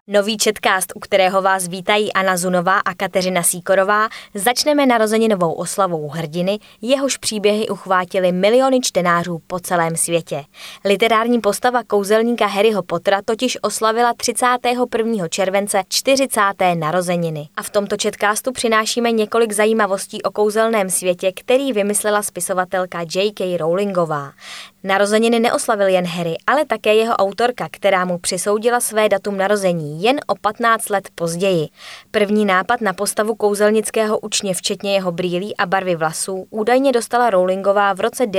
Nový Chatcast, u kterého vás vítají Anna Zunová a Kateřina Sýkorová, začneme narozeninovou oslavou hrdiny, jehož příběhy uchvátily miliony čtenářů po celém světě. Literární postava kouzelníka Harryho Pottera totiž oslavila 31. července 40. narozeniny. A v tomto Chatcastu přinášíme několik zajímavostí o kouzelném světě, který vymyslela spisovatelka J.K. Rowlingová. Narozeniny neoslavil jen Harry, ale také jeho autorka, která mu přisoudila své datum narození jen o 15 let později. První nápad na postavu kouzelnického učně, včetně jeho brýlí a barvy vlasů, údajně dostala Rowlingová v roce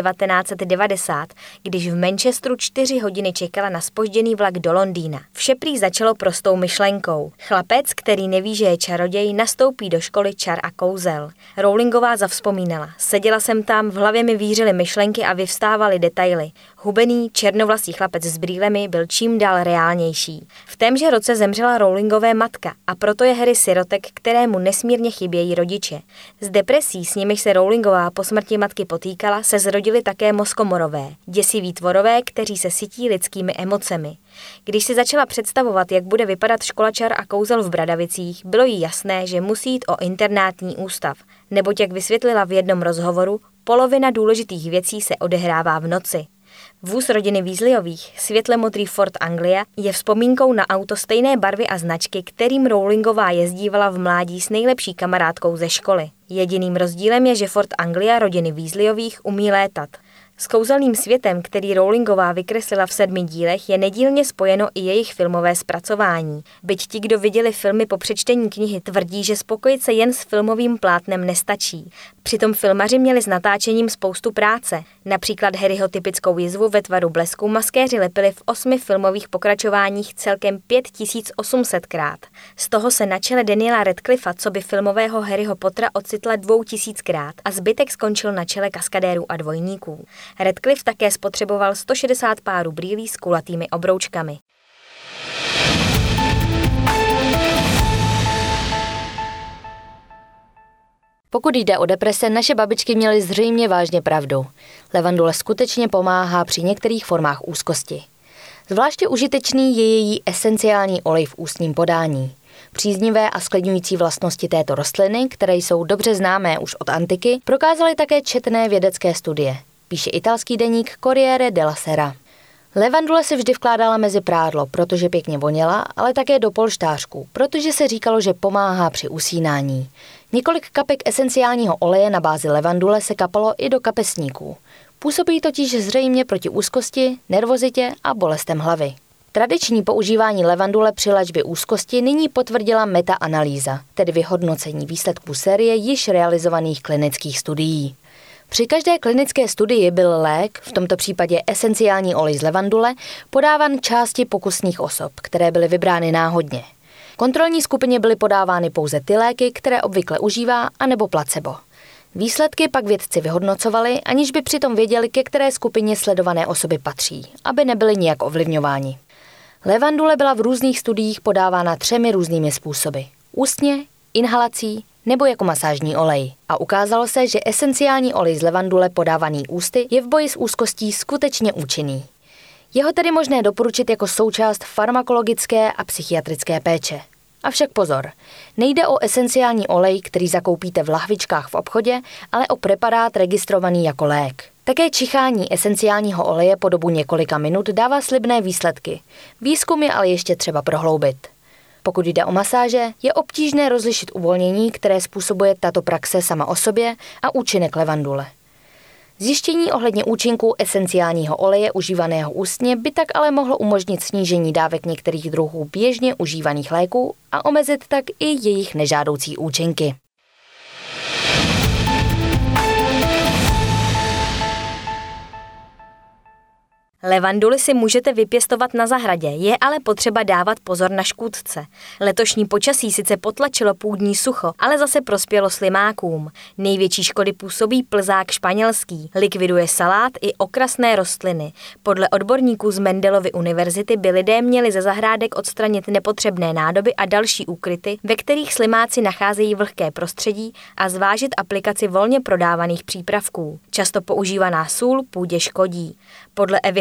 1990, když v Manchesteru 4 hodiny čekala na zpožděný vlak do Londýna. Vše prý začalo prostou myšlenkou. Chlapec, který neví, že je čaroděj, nastoupí do školy čar a kouzel. Rowlingová zavzpomínala. Seděla jsem tam, v hlavě mi vířily myšlenky a vyvstávaly detaily. Hubený, černovlasý chlapec s brýlemi byl čím dál reálnější. V témže roce zemřela Rowlingové matka a proto je Harry sirotek, kterému nesmírně chybějí rodiče. Z depresí, s nimiž se Rowlingová po smrti matky potýkala, se zrodili také mozkomorové, děsiví tvorové, kteří se sytí lidskými emocemi. Když si začala představovat, jak bude vypadat škola čar a kouzel v Bradavicích, bylo jí jasné, že musí jít o internátní ústav, neboť jak vysvětlila v jednom rozhovoru, polovina důležitých věcí se odehrává v noci. Vůz rodiny Weasleyových, světle modrý Ford Anglia, je vzpomínkou na auto stejné barvy a značky, kterým Rowlingová jezdívala v mládí s nejlepší kamarádkou ze školy. Jediným rozdílem je, že Ford Anglia rodiny Weasleyových umí létat. S kouzelným světem, který Rowlingová vykreslila v 7 dílech, je nedílně spojeno i jejich filmové zpracování. Byť ti, kdo viděli filmy po přečtení knihy, tvrdí, že spokojit se jen s filmovým plátnem nestačí. Přitom filmaři měli s natáčením spoustu práce. Například Harryho typickou jizvu ve tvaru blesku maskéři lepili v 8 filmových pokračováních celkem 5800krát. Z toho se na čele Daniela Radcliffa coby filmového Harryho Pottera ocitla 2000krát a zbytek skončil na čele kaskadérů a dvojníků. Radcliffe také spotřeboval 160 párů brýlí s kulatými obroučkami. Pokud jde o deprese, naše babičky měly zřejmě vážně pravdu. Levandule skutečně pomáhá při některých formách úzkosti. Zvláště užitečný je její esenciální olej v ústním podání. Příznivé a zklidňující vlastnosti této rostliny, které jsou dobře známé už od antiky, prokázaly také četné vědecké studie, píše italský deník Corriere della Sera. Levandule se vždy vkládala mezi prádlo, protože pěkně voněla, ale také do polštářků, protože se říkalo, že pomáhá při usínání. Několik kapek esenciálního oleje na bázi levandule se kapalo i do kapesníků. Působí totiž zřejmě proti úzkosti, nervozitě a bolestem hlavy. Tradiční používání levandule při léčbě úzkosti nyní potvrdila metaanalýza, tedy vyhodnocení výsledků série již realizovaných klinických studií. Při každé klinické studii byl lék, v tomto případě esenciální olej z levandule, podáván části pokusných osob, které byly vybrány náhodně. Kontrolní skupině byly podávány pouze ty léky, které obvykle užívá, anebo placebo. Výsledky pak vědci vyhodnocovali, aniž by přitom věděli, ke které skupině sledované osoby patří, aby nebyly nijak ovlivňováni. Levandule byla v různých studiích podávána 3 různými způsoby. Ústně, inhalací nebo jako masážní olej. A ukázalo se, že esenciální olej z levandule podávaný ústy je v boji s úzkostí skutečně účinný. Je ho tedy možné doporučit jako součást farmakologické a psychiatrické péče. Avšak pozor, nejde o esenciální olej, který zakoupíte v lahvičkách v obchodě, ale o preparát registrovaný jako lék. Také čichání esenciálního oleje po dobu několika minut dává slibné výsledky. Výzkum je ale ještě třeba prohloubit. Pokud jde o masáže, je obtížné rozlišit uvolnění, které způsobuje tato praxe sama o sobě, a účinek levandule. Zjištění ohledně účinku esenciálního oleje užívaného ústně by tak ale mohlo umožnit snížení dávek některých druhů běžně užívaných léků a omezit tak i jejich nežádoucí účinky. Levanduli si můžete vypěstovat na zahradě, je ale potřeba dávat pozor na škůdce. Letošní počasí sice potlačilo půdní sucho, ale zase prospělo slimákům. Největší škody působí plzák španělský, likviduje salát i okrasné rostliny. Podle odborníků z Mendelovy univerzity by lidé měli ze zahrádek odstranit nepotřebné nádoby a další úkryty, ve kterých slimáci nacházejí vlhké prostředí, a zvážit aplikaci volně prodávaných přípravků. Často používaná sůl půdě škodí. Podle Evy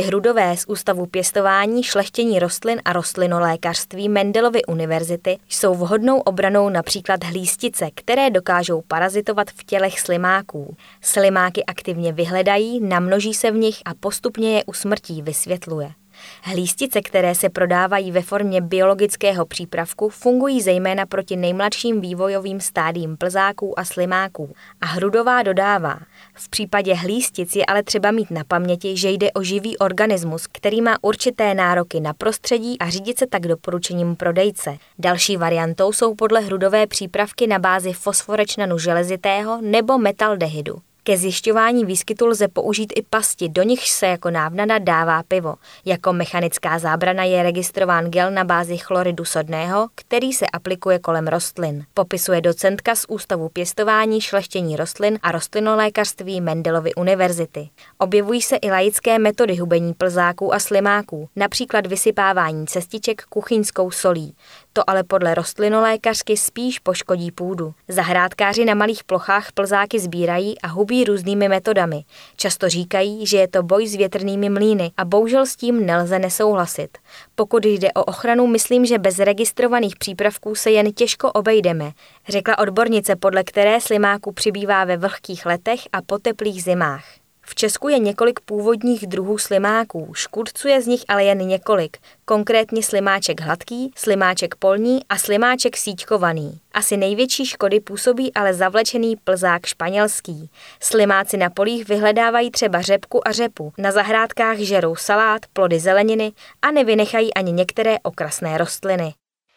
Hrudové z Ústavu pěstování, šlechtění rostlin a rostlinolékařství Mendelovy univerzity jsou vhodnou obranou například hlístice, které dokážou parazitovat v tělech slimáků. Slimáky aktivně vyhledají, namnoží se v nich a postupně je usmrtí, vysvětluje. Hlístice, které se prodávají ve formě biologického přípravku, fungují zejména proti nejmladším vývojovým stádiím plzáků a slimáků. A Hrudová dodává, v případě hlístic je ale třeba mít na paměti, že jde o živý organismus, který má určité nároky na prostředí a řídit se tak doporučením prodejce. Další variantou jsou podle Hrudové přípravky na bázi fosforečnanu železitého nebo metaldehydu. Ke zjišťování výskytu lze použít i pasti, do nichž se jako návnada dává pivo. Jako mechanická zábrana je registrován gel na bázi chloridu sodného, který se aplikuje kolem rostlin. Popisuje docentka z Ústavu pěstování, šlechtění rostlin a rostlinolékařství Mendelovy univerzity. Objevují se i laické metody hubení plzáků a slimáků, například vysypávání cestiček kuchyňskou solí. To ale podle rostlinolékařky spíš poškodí půdu. Zahrádkáři na malých plochách plzáky sbírají a hubí různými metodami. Často říkají, že je to boj s větrnými mlýny a bohužel s tím nelze nesouhlasit. Pokud jde o ochranu, myslím, že bez registrovaných přípravků se jen těžko obejdeme, řekla odbornice, podle které slimáků přibývá ve vlhkých letech a po teplých zimách. V Česku je několik původních druhů slimáků, škůdců je z nich ale jen několik, konkrétně slimáček hladký, slimáček polní a slimáček síťkovaný. Asi největší škody působí ale zavlečený plzák španělský. Slimáci na polích vyhledávají třeba řepku a řepu, na zahrádkách žerou salát, plody zeleniny a nevynechají ani některé okrasné rostliny.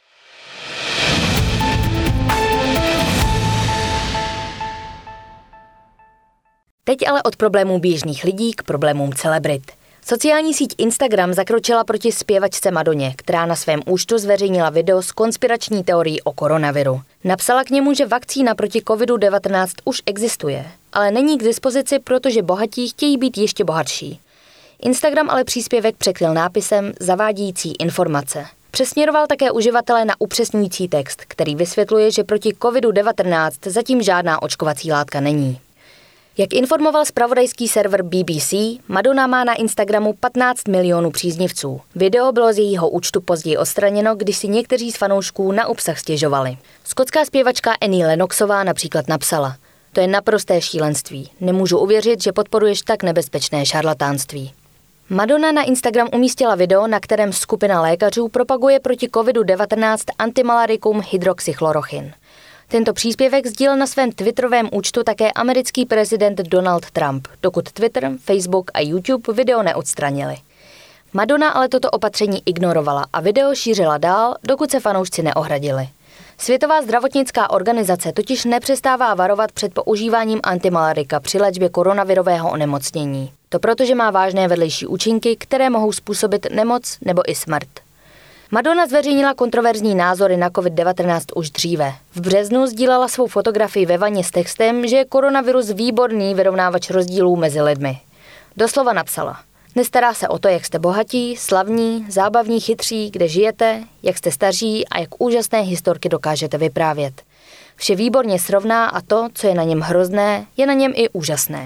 Teď ale od problémů běžných lidí k problémům celebrit. Sociální síť Instagram zakročila proti zpěvačce Madoně, která na svém účtu zveřejnila video s konspirační teorií o koronaviru. Napsala k němu, že vakcína proti COVID-19 už existuje, ale není k dispozici, protože bohatí chtějí být ještě bohatší. Instagram ale příspěvek překryl nápisem zavádějící informace. Přesměroval také uživatele na upřesňující text, který vysvětluje, že proti COVID-19 zatím žádná očkovací látka není. Jak informoval zpravodajský server BBC, Madonna má na Instagramu 15 milionů příznivců. Video bylo z jejího účtu později odstraněno, když si někteří z fanoušků na obsah stěžovali. Skotská zpěvačka Annie Lennoxová například napsala: To je naprosté šílenství. Nemůžu uvěřit, že podporuješ tak nebezpečné šarlatánství. Madonna na Instagram umístila video, na kterém skupina lékařů propaguje proti COVID-19 antimalarikum hydroxychlorochin. Tento příspěvek sdílel na svém twitterovém účtu také americký prezident Donald Trump, dokud Twitter, Facebook a YouTube video neodstranili. Madonna ale toto opatření ignorovala a video šířila dál, dokud se fanoušci neohradili. Světová zdravotnická organizace totiž nepřestává varovat před používáním antimalarika při léčbě koronavirového onemocnění. To protože má vážné vedlejší účinky, které mohou způsobit nemoc nebo i smrt. Madonna zveřejnila kontroverzní názory na COVID-19 už dříve. V březnu sdílela svou fotografii ve vaně s textem, že je koronavirus výborný vyrovnávač rozdílů mezi lidmi. Doslova napsala: Nestará se o to, jak jste bohatí, slavní, zábavní, chytří, kde žijete, jak jste staří a jak úžasné historky dokážete vyprávět. Vše výborně srovná a to, co je na něm hrozné, je na něm i úžasné.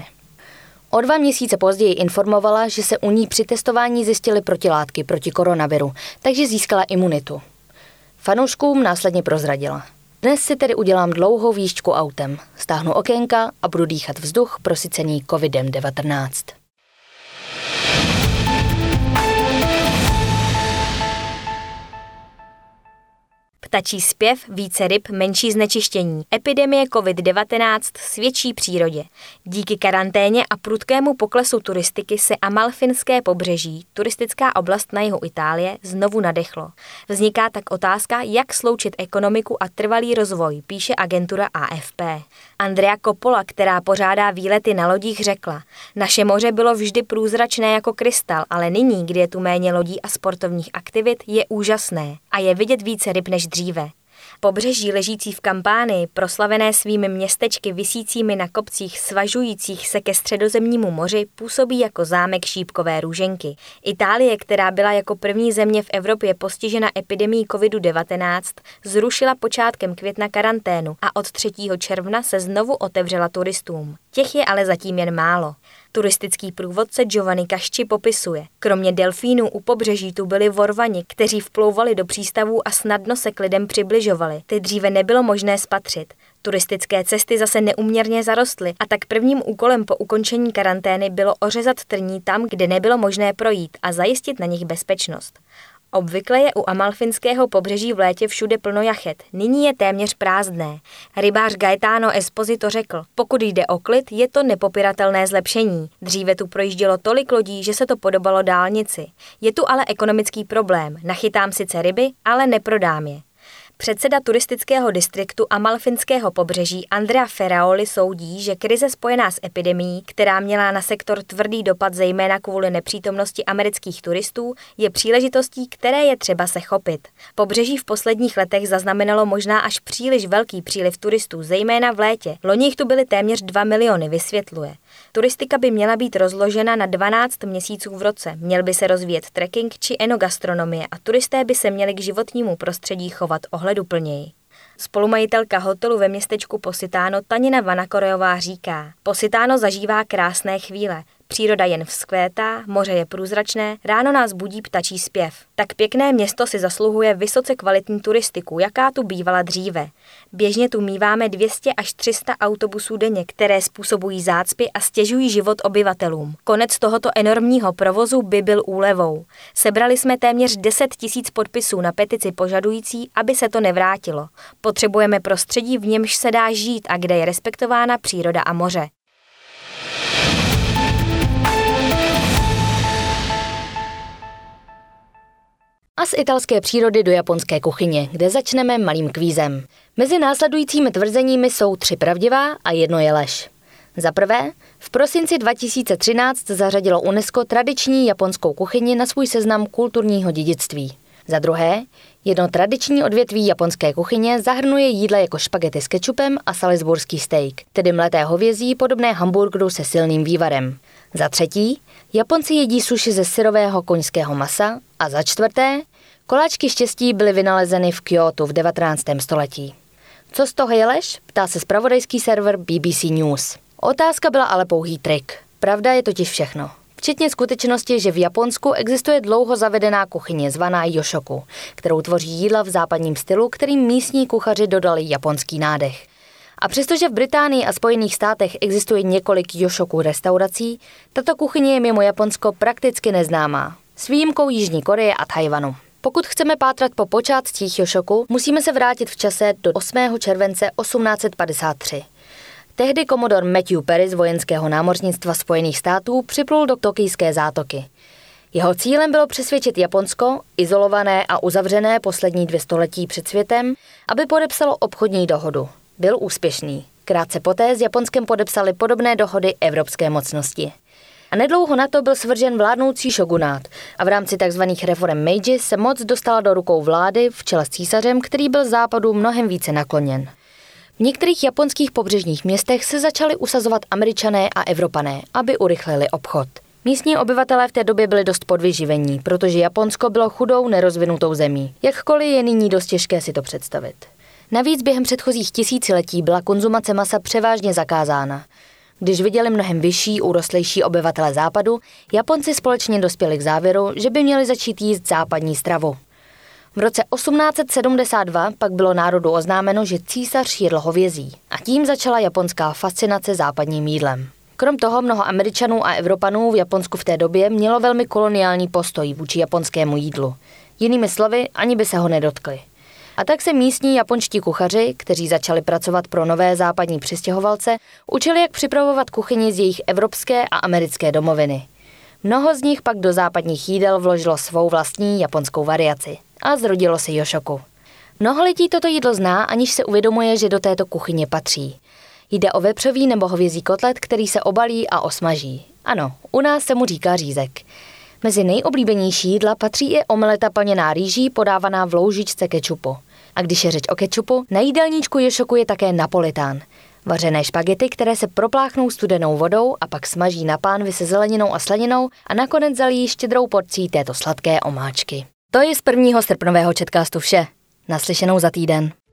O 2 měsíce později informovala, že se u ní při testování zjistily protilátky proti koronaviru, takže získala imunitu. Fanouškům následně prozradila: Dnes si tedy udělám dlouhou výšťku autem, stáhnu okénka a budu dýchat vzduch prosycený COVID-19. Ptačí zpěv, více ryb, menší znečištění. Epidemie COVID-19 svědčí přírodě. Díky karanténě a prudkému poklesu turistiky se Amalfinské pobřeží, turistická oblast na jihu Itálie, znovu nadechlo. Vzniká tak otázka, jak sloučit ekonomiku a trvalý rozvoj, píše agentura AFP. Andrea Coppola, která pořádá výlety na lodích, řekla: Naše moře bylo vždy průzračné jako krystal, ale nyní, kdy je tu méně lodí a sportovních aktivit, je úžasné a je vidět více ryb než dříve. Pobřeží ležící v Kampánii, proslavené svými městečky visícími na kopcích svažujících se ke Středozemnímu moři, působí jako zámek šípkové růženky. Itálie, která byla jako první země v Evropě postižena epidemií COVID-19, zrušila počátkem května karanténu a od 3. června se znovu otevřela turistům. Těch je ale zatím jen málo. Turistický průvodce Giovanni Casci popisuje. Kromě delfínů u pobřeží tu byli vorvani, kteří vplouvali do přístavů a snadno se k lidem přibližovali. Ty dříve nebylo možné spatřit. Turistické cesty zase neúměrně zarostly a tak prvním úkolem po ukončení karantény bylo ořezat trní tam, kde nebylo možné projít a zajistit na nich bezpečnost. Obvykle je u amalfinského pobřeží v létě všude plno jachet, nyní je téměř prázdné. Rybář Gaetano Esposito řekl, pokud jde o klid, je to nepopiratelné zlepšení. Dříve tu projíždělo tolik lodí, že se to podobalo dálnici. Je tu ale ekonomický problém, nachytám sice ryby, ale neprodám je. Předseda turistického distriktu amalfinského pobřeží Andrea Ferraoli soudí, že krize spojená s epidemií, která měla na sektor tvrdý dopad zejména kvůli nepřítomnosti amerických turistů, je příležitostí, které je třeba se chopit. Pobřeží v posledních letech zaznamenalo možná až příliš velký příliv turistů, zejména v létě. Loni jich tu byly téměř 2 miliony, vysvětluje. Turistika by měla být rozložena na 12 měsíců v roce, měl by se rozvíjet trekking či enogastronomie a turisté by se měli k životnímu prostředí chovat ohleduplněji. Spolumajitelka hotelu ve městečku Positano Tanina Vanakorejová říká, Positano zažívá krásné chvíle. Příroda jen vzkvétá, moře je průzračné, ráno nás budí ptačí zpěv. Tak pěkné město si zasluhuje vysoce kvalitní turistiku, jaká tu bývala dříve. Běžně tu míváme 200 až 300 autobusů denně, které způsobují zácpy a stěžují život obyvatelům. Konec tohoto enormního provozu by byl úlevou. Sebrali jsme téměř 10 000 podpisů na petici požadující, aby se to nevrátilo. Potřebujeme prostředí, v němž se dá žít a kde je respektována příroda a moře. A z italské přírody do japonské kuchyně, kde začneme malým kvízem. Mezi následujícími tvrzeními jsou 3 pravdivá a 1 je lež. Za prvé, v prosinci 2013 zařadilo UNESCO tradiční japonskou kuchyni na svůj seznam kulturního dědictví. Za druhé, jedno tradiční odvětví japonské kuchyně zahrnuje jídla jako špagety s kečupem a salisburský steak, tedy mleté hovězí podobné hamburgeru se silným vývarem. Za třetí, Japonci jedí suši ze syrového koňského masa a za čtvrté, koláčky štěstí byly vynalezeny v Kjótu v 19. století. Co z toho je lež? Ptá se zpravodajský server BBC News. Otázka byla ale pouhý trik. Pravda je totiž všechno. Včetně skutečnosti, že v Japonsku existuje dlouho zavedená kuchyně zvaná Yoshoku, kterou tvoří jídla v západním stylu, kterým místní kuchaři dodali japonský nádech. A přestože v Británii a Spojených státech existuje několik Yoshoku restaurací, tato kuchyně je mimo Japonsko prakticky neznámá, s výjimkou Jižní Koreje a Tchajwanu. Pokud chceme pátrat po počátcích Yoshoku, musíme se vrátit v čase do 8. července 1853. Tehdy komodor Matthew Perry z vojenského námořnictva Spojených států připlul do Tokijské zátoky. Jeho cílem bylo přesvědčit Japonsko, izolované a uzavřené poslední 2 století před světem, aby podepsalo obchodní dohodu. Byl úspěšný. Krátce poté s Japonskem podepsali podobné dohody evropské mocnosti. A nedlouho na to byl svržen vládnoucí šogunát a v rámci tzv. Reforem Meiji se moc dostala do rukou vlády v čele s císařem, který byl západu mnohem více nakloněn. V některých japonských pobřežních městech se začali usazovat Američané a Evropané, aby urychlili obchod. Místní obyvatelé v té době byli dost podvyživení, protože Japonsko bylo chudou, nerozvinutou zemí. Jakkoliv je nyní dost těžké si to představit. Navíc během předchozích tisíciletí byla konzumace masa převážně zakázána. Když viděli mnohem vyšší, urostlejší obyvatele západu, Japonci společně dospěli k závěru, že by měli začít jíst západní stravu. V roce 1872 pak bylo národu oznámeno, že císař jedl hovězí a tím začala japonská fascinace západním jídlem. Krom toho mnoho Američanů a Evropanů v Japonsku v té době mělo velmi koloniální postoj vůči japonskému jídlu. Jinými slovy, ani by se ho nedotkli. A tak se místní japonští kuchaři, kteří začali pracovat pro nové západní přistěhovalce, učili, jak připravovat kuchyni z jejich evropské a americké domoviny. Mnoho z nich pak do západních jídel vložilo svou vlastní japonskou variaci a zrodilo se Yoshoku. Mnoho lidí toto jídlo zná, aniž se uvědomuje, že do této kuchyně patří. Jde o vepřový nebo hovězí kotlet, který se obalí a osmaží. Ano, u nás se mu říká řízek. Mezi nejoblíbenější jídla patří i omeleta plněná rýží podávaná v loužičce kečupu. A když je řeč o kečupu, na jídelníčku Yoshoku je také napolitán. Vařené špagety, které se propláchnou studenou vodou a pak smaží na pánvi se zeleninou a slaninou a nakonec zalijí štědrou porcí této sladké omáčky. To je z 1. srpnového Četcastu vše. Naslyšenou za týden.